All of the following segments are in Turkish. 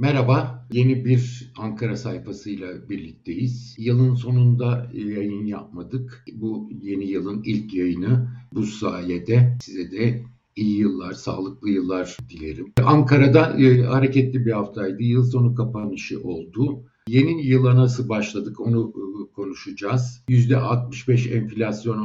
Merhaba, yeni bir Ankara sayfasıyla birlikteyiz. Yılın sonunda yayın yapmadık. Bu yeni yılın ilk yayını. Bu sayede size de iyi yıllar, sağlıklı yıllar dilerim. Ankara'da hareketli bir haftaydı. Yıl sonu kapanışı oldu. Yeni yıla nasıl başladık onu konuşacağız. %65 enflasyon,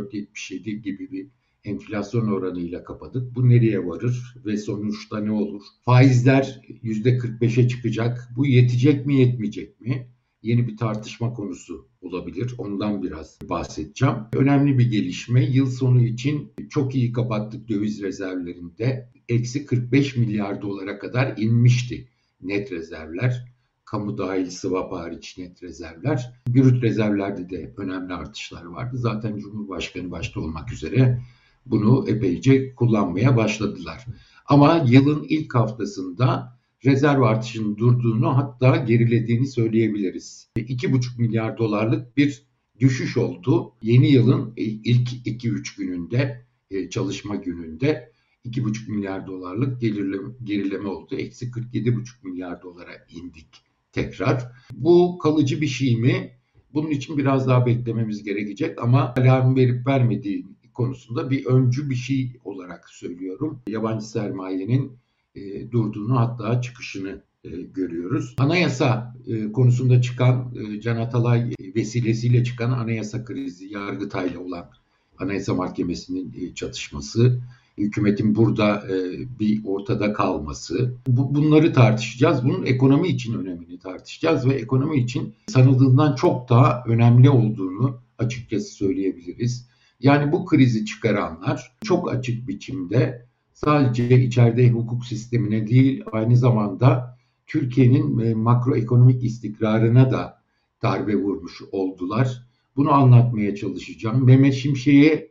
64-77 gibi bir enflasyon oranıyla kapadık. Bu nereye varır ve sonuçta ne olur? Faizler %45'e çıkacak. Bu yetecek mi, yetmeyecek mi? Yeni bir tartışma konusu olabilir. Ondan biraz bahsedeceğim. Önemli bir gelişme. Yıl sonu için çok iyi kapattık döviz rezervlerinde. Eksi 45 milyar dolara kadar inmişti net rezervler. Kamu dahil swap hariç net rezervler. Brüt rezervlerde de önemli artışlar vardı. Zaten Cumhurbaşkanı başta olmak üzere bunu epeyce kullanmaya başladılar. Ama yılın ilk haftasında rezerv artışının durduğunu, hatta gerilediğini söyleyebiliriz. 2,5 milyar dolarlık bir düşüş oldu. Yeni yılın ilk 2-3 gününde, çalışma gününde 2,5 milyar dolarlık gerileme oldu. Eksi 47,5 milyar dolara indik tekrar. Bu kalıcı bir şey mi? Bunun için biraz daha beklememiz gerekecek ama alarm verip vermediği konusunda bir öncü bir şey olarak söylüyorum. Yabancı sermayenin durduğunu, hatta çıkışını görüyoruz. Anayasa konusunda çıkan Can Atalay vesilesiyle çıkan anayasa krizi, Yargıtay'la olan Anayasa Mahkemesi'nin çatışması, hükümetin burada bir ortada kalması. Bunları tartışacağız. Bunun ekonomi için önemini tartışacağız ve ekonomi için sanıldığından çok daha önemli olduğunu açıkçası söyleyebiliriz. Yani bu krizi çıkaranlar çok açık biçimde sadece içeride hukuk sistemine değil, aynı zamanda Türkiye'nin makroekonomik istikrarına da darbe vurmuş oldular. Bunu anlatmaya çalışacağım. Mehmet Şimşek'e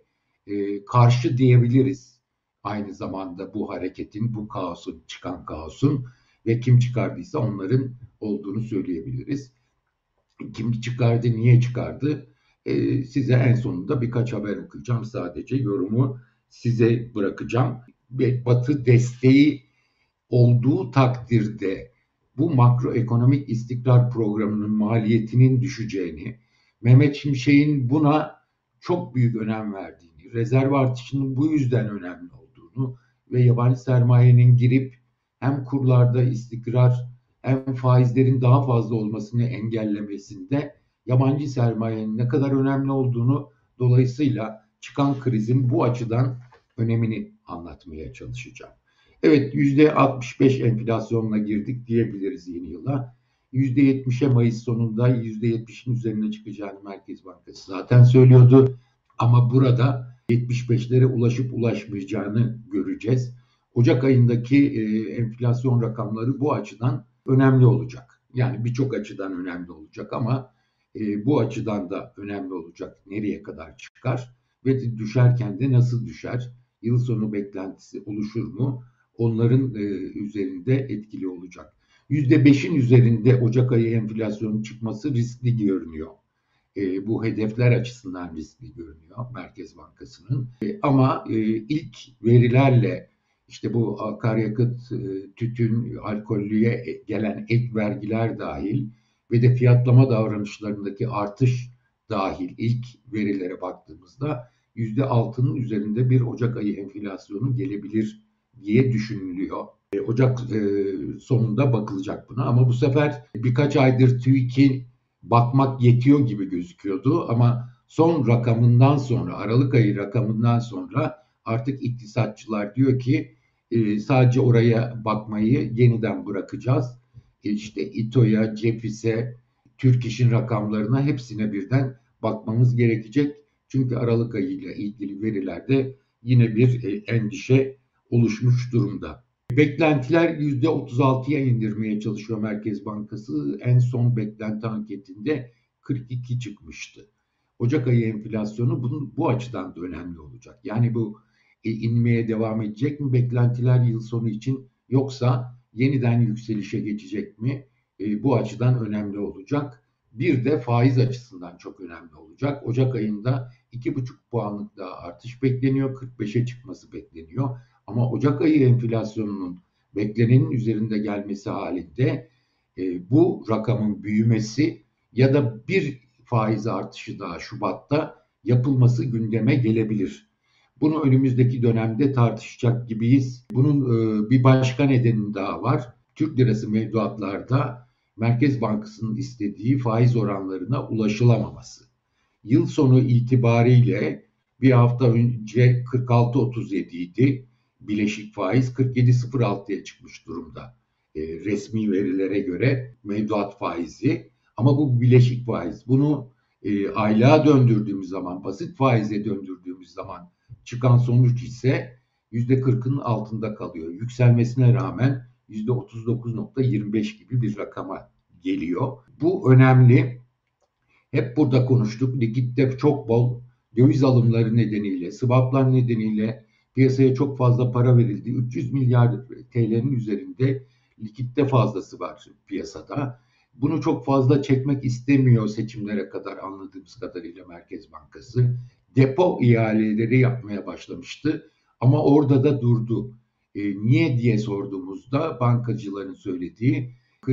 karşı diyebiliriz. Aynı zamanda bu hareketin, bu kaosun, çıkan kaosun ve kim çıkardıysa onların olduğunu söyleyebiliriz. Kim çıkardı, niye çıkardı? Size en sonunda birkaç haber okuyacağım. Sadece yorumu size bırakacağım. Batı desteği olduğu takdirde bu makroekonomik istikrar programının maliyetinin düşeceğini, Mehmet Şimşek'in buna çok büyük önem verdiğini, rezerv artışının bu yüzden önemli olduğunu ve yabancı sermayenin girip hem kurlarda istikrar hem faizlerin daha fazla olmasını engellemesinde yabancı sermayenin ne kadar önemli olduğunu, dolayısıyla çıkan krizin bu açıdan önemini anlatmaya çalışacağım. Evet, %65 enflasyonla girdik diyebiliriz yeni yıla. %70'e Mayıs sonunda %70'in üzerine çıkacağını Merkez Bankası zaten söylüyordu. Ama burada 75'lere ulaşıp ulaşmayacağını göreceğiz. Ocak ayındaki enflasyon rakamları bu açıdan önemli olacak. Yani birçok açıdan önemli olacak ama bu açıdan da önemli olacak. Nereye kadar çıkar ve düşerken de nasıl düşer? Yıl sonu beklentisi oluşur mu? Onların üzerinde etkili olacak. %5'in üzerinde Ocak ayı enflasyonun çıkması riskli görünüyor. Bu hedefler açısından riskli görünüyor Merkez Bankası'nın. Ama ilk verilerle işte bu akaryakıt, tütün, alkollüye gelen ek vergiler dahil ve de fiyatlama davranışlarındaki artış dahil ilk verilere baktığımızda %6'nın üzerinde bir Ocak ayı enflasyonu gelebilir diye düşünülüyor. Ocak sonunda bakılacak buna ama bu sefer birkaç aydır TÜİK'in bakmak yetiyor gibi gözüküyordu ama son rakamından sonra, Aralık ayı rakamından sonra artık iktisatçılar diyor ki sadece oraya bakmayı yeniden bırakacağız. İşte İTO'ya, CEPİS'e, Türk İş'in rakamlarına, hepsine birden bakmamız gerekecek. Çünkü Aralık ayı ile ilgili verilerde yine bir endişe oluşmuş durumda. Beklentiler %36'ya indirmeye çalışıyor Merkez Bankası. En son beklenti anketinde 42 çıkmıştı. Ocak ayı enflasyonu bu açıdan da önemli olacak. Yani bu inmeye devam edecek mi beklentiler yıl sonu için, yoksa yeniden yükselişe geçecek mi? Bu açıdan önemli olacak. Bir de faiz açısından çok önemli olacak. Ocak ayında 2,5 puanlık daha artış bekleniyor. 45'e çıkması bekleniyor. Ama Ocak ayı enflasyonunun beklenenin üzerinde gelmesi halinde bu rakamın büyümesi ya da bir faiz artışı daha Şubat'ta yapılması gündeme gelebilir. Bunu önümüzdeki dönemde tartışacak gibiyiz. Bunun bir başka nedeni daha var. Türk lirası mevduatlarda Merkez Bankası'nın istediği faiz oranlarına ulaşılamaması. Yıl sonu itibariyle bir hafta önce 46.37 idi. Bileşik faiz 47.06'ya çıkmış durumda. Resmi verilere göre mevduat faizi. Ama bu bileşik faiz. Bunu aylığa döndürdüğümüz zaman, basit faize döndürdüğümüz zaman çıkan sonuç ise %40'ın altında kalıyor. Yükselmesine rağmen %39.25 gibi bir rakama geliyor. Bu önemli. Hep burada konuştuk. Likitte çok bol, döviz alımları nedeniyle, swaplar nedeniyle piyasaya çok fazla para verildi. 300 milyar TL'nin üzerinde likitte fazlası var piyasada. Bunu çok fazla çekmek istemiyor seçimlere kadar, anladığımız kadarıyla Merkez Bankası. Depo ihaleleri yapmaya başlamıştı ama orada da durdu. Niye diye sorduğumuzda bankacıların söylediği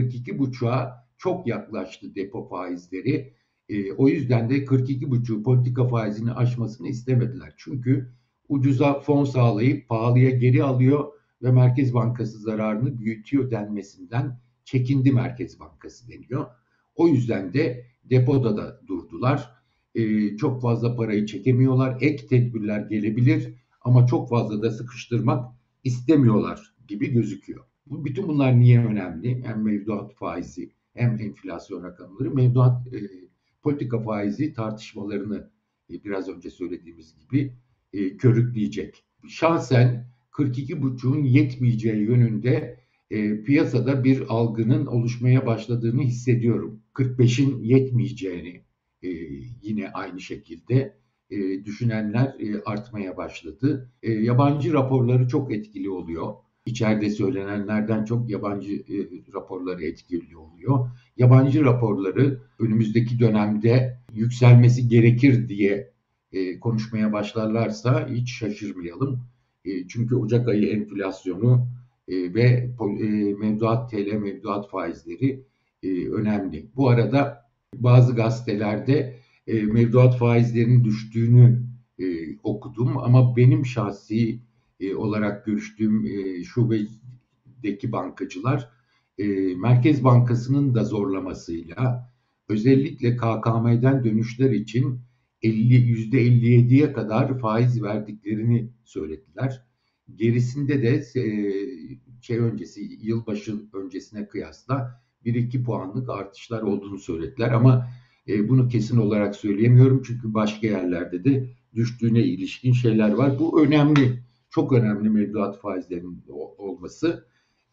42,5'a çok yaklaştı depo faizleri. O yüzden de 42,5 politika faizini aşmasını istemediler. Çünkü ucuza fon sağlayıp pahalıya geri alıyor ve Merkez Bankası zararını büyütüyor denmesinden çekindi Merkez Bankası deniyor. O yüzden de depoda da durdular. Çok fazla parayı çekemiyorlar. Ek tedbirler gelebilir ama çok fazla da sıkıştırmak istemiyorlar gibi gözüküyor. Bütün bunlar niye önemli? Hem mevduat faizi hem enflasyon rakamları. Mevduat politika faizi tartışmalarını biraz önce söylediğimiz gibi körükleyecek. Şahsen 42,5'un yetmeyeceği yönünde piyasada bir algının oluşmaya başladığını hissediyorum. 45'in yetmeyeceğini yine aynı şekilde düşünenler artmaya başladı. Yabancı raporları çok etkili oluyor. İçeride söylenenlerden çok yabancı raporları etkili oluyor. Yabancı raporları önümüzdeki dönemde yükselmesi gerekir diye konuşmaya başlarlarsa hiç şaşırmayalım. Çünkü Ocak ayı enflasyonu ve mevduat TL mevduat faizleri önemli. Bu arada bazı gazetelerde mevduat faizlerinin düştüğünü okudum ama benim şahsi olarak görüştüğüm şubedeki bankacılar Merkez Bankası'nın da zorlamasıyla özellikle KKM'den dönüşler için %57'ye kadar faiz verdiklerini söylediler. Gerisinde de yılbaşı öncesine kıyasla 1-2 puanlık artışlar olduğunu söylediler ama bunu kesin olarak söyleyemiyorum çünkü başka yerlerde de düştüğüne ilişkin şeyler var. Bu önemli, çok önemli mevduat faizlerinin olması.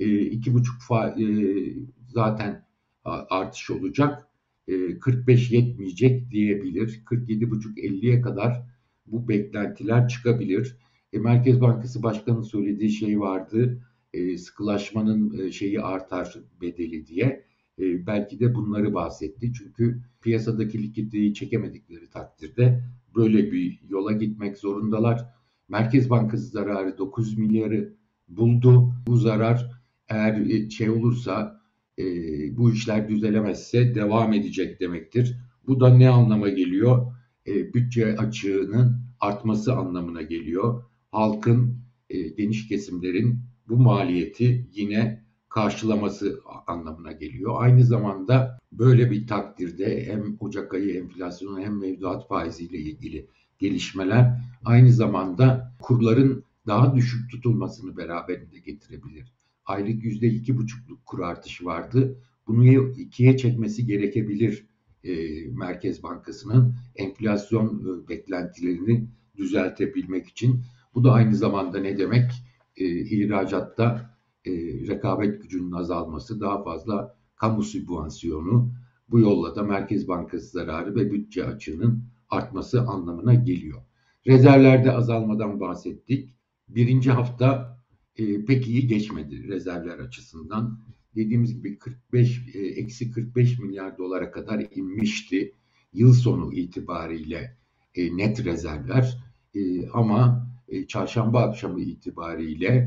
2,5 zaten artış olacak. 45 yetmeyecek diyebilir. 47,5-50'ye kadar bu beklentiler çıkabilir. Merkez Bankası Başkanı'nın söylediği şey vardı. Sıkılaşmanın şeyi artar bedeli diye. Belki de bunları bahsetti. Çünkü piyasadaki likiditeyi çekemedikleri takdirde böyle bir yola gitmek zorundalar. Merkez Bankası zararı 9 milyarı buldu. Bu zarar eğer olursa bu işler düzelemezse devam edecek demektir. Bu da ne anlama geliyor? Bütçe açığının artması anlamına geliyor. Halkın, geniş kesimlerin bu maliyeti yine karşılaması anlamına geliyor. Aynı zamanda böyle bir takdirde hem Ocak ayı enflasyonu hem mevduat faiziyle ilgili gelişmeler aynı zamanda kurların daha düşük tutulmasını beraberinde getirebilir. Aylık %2,5'luk kur artışı vardı. Bunu 2'ye çekmesi gerekebilir Merkez Bankası'nın enflasyon beklentilerini düzeltebilmek için. Bu da aynı zamanda ne demek? İhracatta rekabet gücünün azalması, daha fazla kamu sübvansiyonu, bu yolla da Merkez Bankası zararı ve bütçe açığının artması anlamına geliyor. Rezervlerde azalmadan bahsettik. Birinci hafta pek iyi geçmedi rezervler açısından. Dediğimiz gibi eksi 45 milyar dolara kadar inmişti yıl sonu itibariyle net rezervler. Ama çarşamba akşamı itibariyle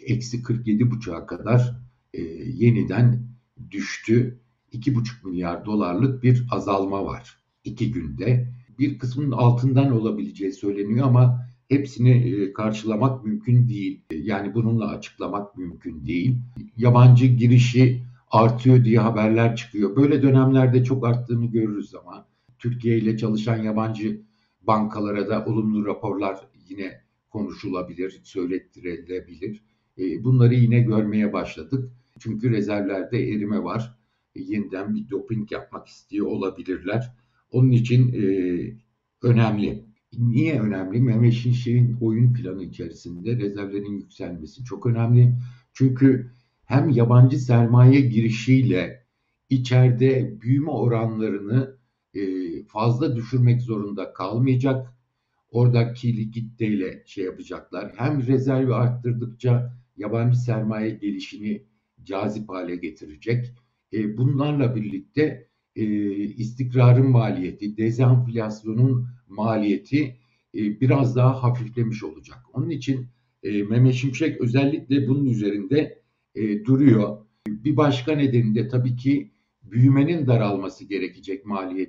eksi 47,5'a kadar yeniden düştü. 2,5 milyar dolarlık bir azalma var 2 günde. Bir kısmının altından olabileceği söyleniyor ama hepsini karşılamak mümkün değil. Yani bununla açıklamak mümkün değil. Yabancı girişi artıyor diye haberler çıkıyor. Böyle dönemlerde çok arttığını görürüz ama Türkiye ile çalışan yabancı bankalara da olumlu raporlar yine konuşulabilir, söylettirilebilir. Bunları yine görmeye başladık. Çünkü rezervlerde erime var. Yeniden bir doping yapmak istiyor olabilirler. Onun için önemli. Niye önemli? Mehmet Şimşek'in oyun planı içerisinde rezervlerin yükselmesi çok önemli. Çünkü hem yabancı sermaye girişiyle içeride büyüme oranlarını fazla düşürmek zorunda kalmayacak. Oradaki likiditeyle yapacaklar. Hem rezervi arttırdıkça yabancı sermaye gelişini cazip hale getirecek. Bunlarla birlikte istikrarın maliyeti, dezenflasyonun maliyeti biraz daha hafiflemiş olacak. Onun için Mehmet Şimşek özellikle bunun üzerinde duruyor. Bir başka nedeni de tabii ki büyümenin daralması gerekecek, maliyet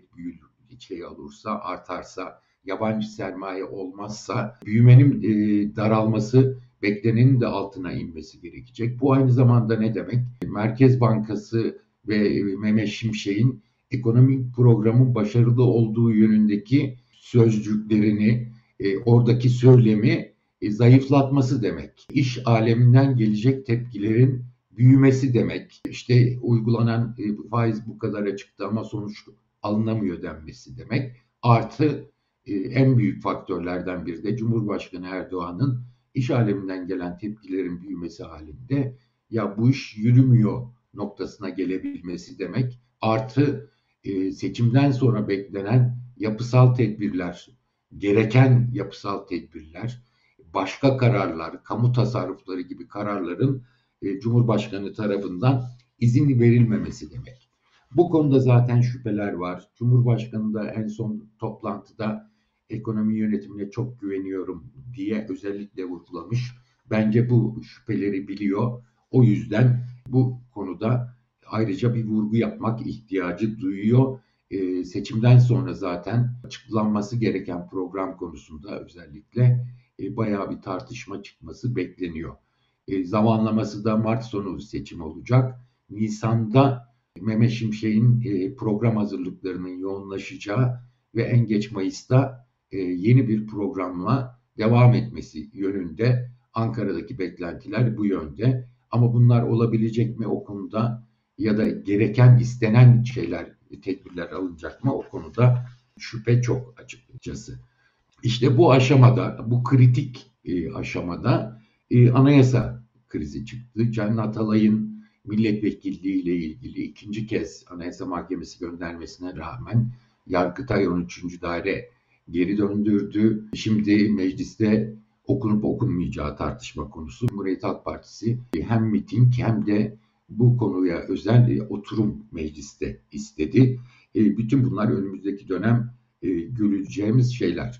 olursa, artarsa, yabancı sermaye olmazsa büyümenin daralması, beklenenin de altına inmesi gerekecek. Bu aynı zamanda ne demek? Merkez Bankası ve Mehmet Şimşek'in ekonomik programın başarılı olduğu yönündeki sözcüklerini, oradaki söylemi zayıflatması demek. İş aleminden gelecek tepkilerin büyümesi demek. İşte uygulanan faiz bu kadar çıktı ama sonuç alınamıyor denmesi demek. Artı en büyük faktörlerden biri de Cumhurbaşkanı Erdoğan'ın iş aleminden gelen tepkilerin büyümesi halinde ya bu iş yürümüyor noktasına gelebilmesi demek. Artı seçimden sonra beklenen yapısal tedbirler, gereken yapısal tedbirler, başka kararlar, kamu tasarrufları gibi kararların Cumhurbaşkanı tarafından izin verilmemesi demek. Bu konuda zaten şüpheler var. Cumhurbaşkanı da en son toplantıda ekonomi yönetimine çok güveniyorum diye özellikle vurgulamış. Bence bu şüpheleri biliyor. O yüzden bu konuda ayrıca bir vurgu yapmak ihtiyacı duyuyor. Seçimden sonra zaten açıklanması gereken program konusunda özellikle bayağı bir tartışma çıkması bekleniyor. Zamanlaması da Mart sonu seçim olacak. Nisan'da Mehmet Şimşek'in program hazırlıklarının yoğunlaşacağı ve en geç Mayıs'ta yeni bir programla devam etmesi yönünde Ankara'daki beklentiler bu yönde. Ama bunlar olabilecek mi o konuda ya da gereken istenen şeyler, tedbirler alınacak mı o konuda şüphe çok açıkçası. İşte bu aşamada, bu kritik aşamada anayasa krizi çıktı. Can Atalay'ın milletvekilliği ile ilgili ikinci kez Anayasa Mahkemesi göndermesine rağmen Yargıtay 13. Daire geri döndürdü. Şimdi mecliste okunup okunmayacağı tartışma konusu. Cumhuriyet Halk Partisi hem miting hem de bu konuya özel oturum mecliste istedi. Bütün bunlar önümüzdeki dönem göreceğimiz şeyler.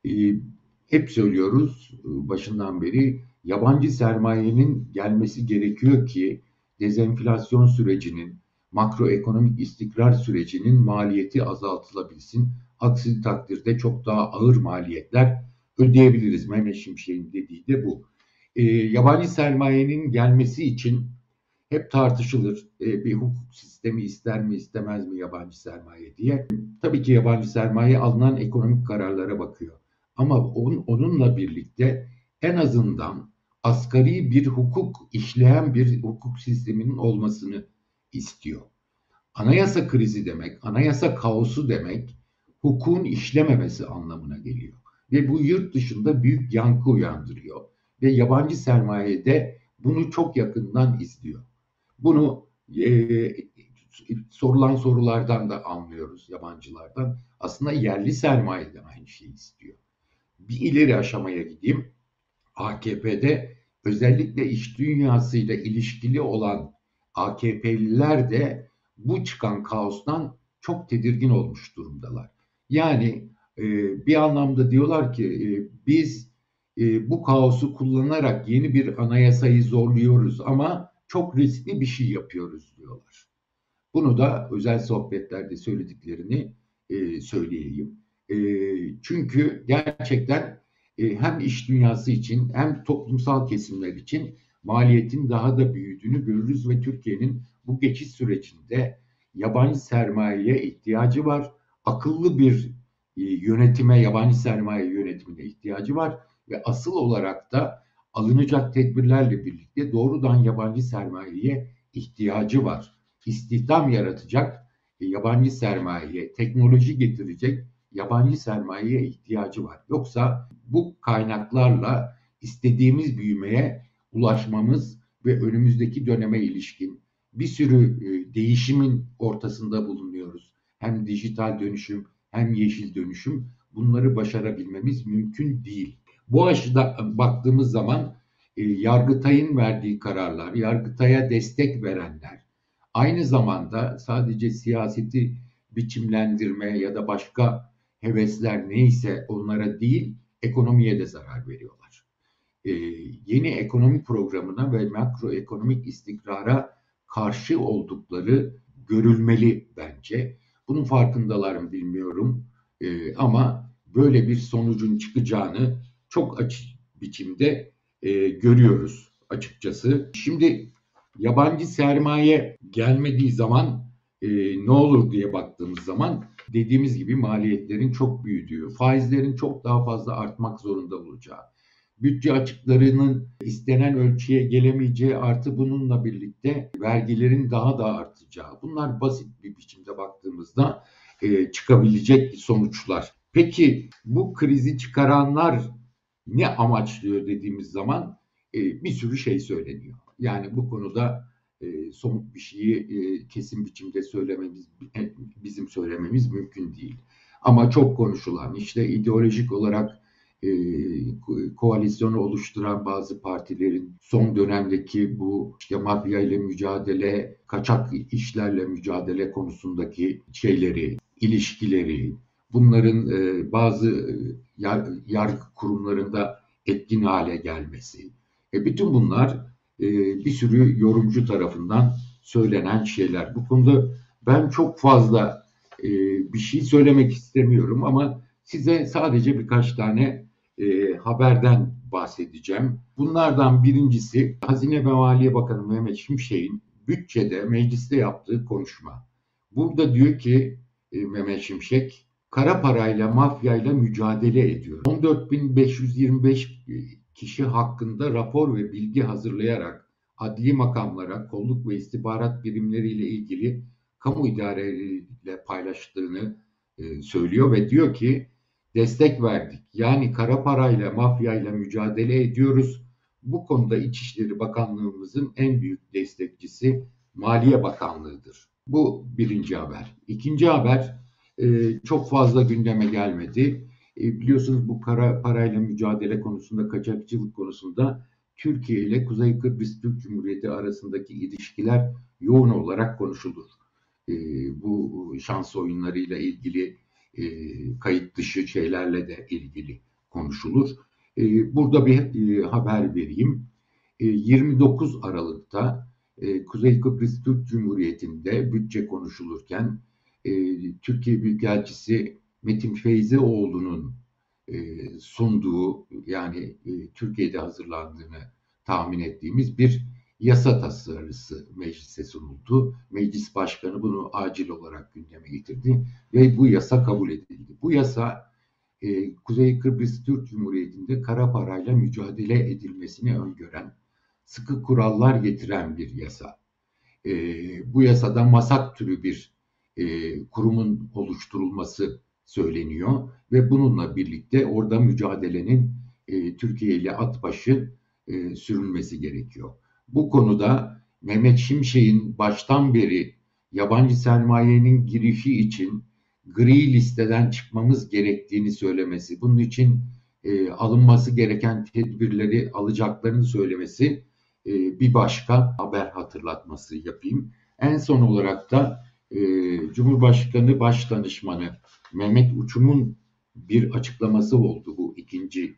Hep söylüyoruz başından beri yabancı sermayenin gelmesi gerekiyor ki dezenflasyon sürecinin, makroekonomik istikrar sürecinin maliyeti azaltılabilsin. Aksi takdirde çok daha ağır maliyetler ödeyebiliriz. Mehmet Şimşek'in dediği de bu. Yabancı sermayenin gelmesi için hep tartışılır. Bir hukuk sistemi ister mi istemez mi yabancı sermaye diye. Tabii ki yabancı sermaye alınan ekonomik kararlara bakıyor. Ama onunla birlikte en azından asgari bir hukuk, işleyen bir hukuk sisteminin olmasını istiyor. Anayasa krizi demek, anayasa kaosu demek hukukun işlememesi anlamına geliyor. Ve bu yurt dışında büyük yankı uyandırıyor. Ve yabancı sermaye de bunu çok yakından izliyor. Bunu sorulan sorulardan da anlıyoruz yabancılardan. Aslında yerli sermaye de aynı şeyi istiyor. Bir ileri aşamaya gideyim. AKP'de özellikle iş dünyasıyla ilişkili olan AKP'liler de bu çıkan kaostan çok tedirgin olmuş durumdalar. Yani bir anlamda diyorlar ki biz bu kaosu kullanarak yeni bir anayasayı zorluyoruz ama çok riskli bir şey yapıyoruz diyorlar. Bunu da özel sohbetlerde söylediklerini söyleyeyim. Çünkü gerçekten hem iş dünyası için hem toplumsal kesimler için maliyetin daha da büyüdüğünü görürüz ve Türkiye'nin bu geçiş sürecinde yabancı sermayeye ihtiyacı var. Akıllı bir yönetime, yabancı sermaye yönetimine ihtiyacı var ve asıl olarak da alınacak tedbirlerle birlikte doğrudan yabancı sermayeye ihtiyacı var. İstihdam yaratacak yabancı sermayeye, teknoloji getirecek yabancı sermayeye ihtiyacı var. Yoksa bu kaynaklarla istediğimiz büyümeye ulaşmamız ve önümüzdeki döneme ilişkin bir sürü değişimin ortasında bulunuyoruz. Hem dijital dönüşüm hem yeşil dönüşüm, bunları başarabilmemiz mümkün değil. Bu açıdan baktığımız zaman Yargıtay'ın verdiği kararlar, Yargıtay'a destek verenler, aynı zamanda sadece siyaseti biçimlendirme ya da başka hevesler neyse onlara değil, ekonomiye de zarar veriyorlar. Yeni ekonomi programına ve makroekonomik istikrara karşı oldukları görülmeli bence. Bunun farkındalar mı bilmiyorum. Ama böyle bir sonucun çıkacağını çok açık biçimde görüyoruz açıkçası. Şimdi yabancı sermaye gelmediği zaman ne olur diye baktığımız zaman dediğimiz gibi maliyetlerin çok büyüdüğü, faizlerin çok daha fazla artmak zorunda olacağı, bütçe açıklarının istenen ölçüye gelemeyeceği artı bununla birlikte vergilerin daha da artacağı. Bunlar basit bir biçimde baktığımızda çıkabilecek sonuçlar. Peki bu krizi çıkaranlar ne amaçlıyor dediğimiz zaman bir sürü şey söyleniyor. Yani bu konuda somut bir şeyi kesin biçimde söylememiz, bizim söylememiz mümkün değil. Ama çok konuşulan, işte ideolojik olarak e, koalisyonu oluşturan bazı partilerin son dönemdeki bu işte mafya ile mücadele, kaçak işlerle mücadele konusundaki şeyleri, ilişkileri, bunların bazı yargı kurumlarında etkin hale gelmesi. Bütün bunlar bir sürü yorumcu tarafından söylenen şeyler. Bu konuda ben çok fazla bir şey söylemek istemiyorum ama size sadece birkaç tane haberden bahsedeceğim. Bunlardan birincisi Hazine ve Maliye Bakanı Mehmet Şimşek'in bütçede mecliste yaptığı konuşma. Burada diyor ki Mehmet Şimşek, kara parayla, mafyayla mücadele ediyor. 14.525 kişi hakkında rapor ve bilgi hazırlayarak adli makamlara, kolluk ve istihbarat birimleriyle ilgili kamu idareleriyle paylaştığını söylüyor ve diyor ki destek verdik. Yani kara parayla, mafyayla mücadele ediyoruz. Bu konuda İçişleri Bakanlığımızın en büyük destekçisi Maliye Bakanlığı'dır. Bu birinci haber. İkinci haber çok fazla gündeme gelmedi. Biliyorsunuz bu kara parayla mücadele konusunda, kaçakçılık konusunda Türkiye ile Kuzey Kıbrıs Türk Cumhuriyeti arasındaki ilişkiler yoğun olarak konuşulur. Bu şans oyunlarıyla ilgili kayıt dışı şeylerle de ilgili konuşulur. Burada bir haber vereyim. 29 Aralık'ta Kuzey Kıbrıs Türk Cumhuriyeti'nde bütçe konuşulurken Türkiye Büyükelçisi Metin Feyzioğlu'nun sunduğu yani Türkiye'de hazırlandığını tahmin ettiğimiz bir yasa tasarısı meclise sunuldu. Meclis Başkanı bunu acil olarak gündeme getirdi ve bu yasa kabul edildi. Bu yasa Kuzey Kıbrıs Türk Cumhuriyeti'nde kara parayla mücadele edilmesini öngören, sıkı kurallar getiren bir yasa. Bu yasada MASAK türü bir kurumun oluşturulması söyleniyor ve bununla birlikte orada mücadelenin Türkiye ile at başı sürülmesi gerekiyor. Bu konuda Mehmet Şimşek'in baştan beri yabancı sermayenin girişi için gri listeden çıkmamız gerektiğini söylemesi, bunun için alınması gereken tedbirleri alacaklarını söylemesi bir başka haber hatırlatması yapayım. En son olarak da Cumhurbaşkanı Başdanışmanı Mehmet Uçum'un bir açıklaması oldu bu ikinci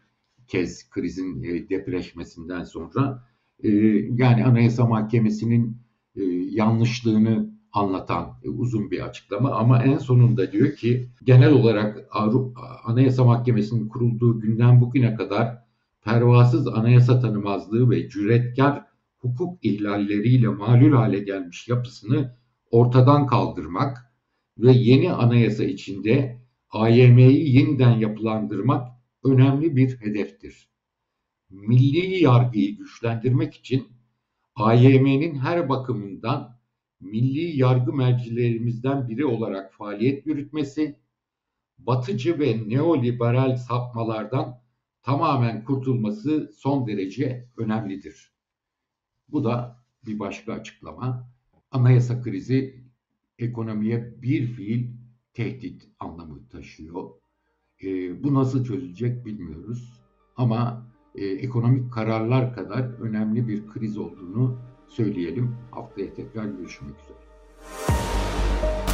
kez krizin depreşmesinden sonra. Yani Anayasa Mahkemesi'nin yanlışlığını anlatan uzun bir açıklama, ama en sonunda diyor ki genel olarak Anayasa Mahkemesi'nin kurulduğu günden bugüne kadar pervasız anayasa tanımazlığı ve cüretkar hukuk ihlalleriyle malul hale gelmiş yapısını ortadan kaldırmak ve yeni anayasa içinde AYM'yi yeniden yapılandırmak önemli bir hedeftir. Milli yargıyı güçlendirmek için AYM'nin her bakımından milli yargı mercilerimizden biri olarak faaliyet yürütmesi, batıcı ve neoliberal sapmalardan tamamen kurtulması son derece önemlidir. Bu da bir başka açıklama. Anayasa krizi ekonomiye bir fiil tehdit anlamı taşıyor. Bu nasıl çözülecek bilmiyoruz. Ama ekonomik kararlar kadar önemli bir kriz olduğunu söyleyelim. Haftaya tekrar görüşmek üzere.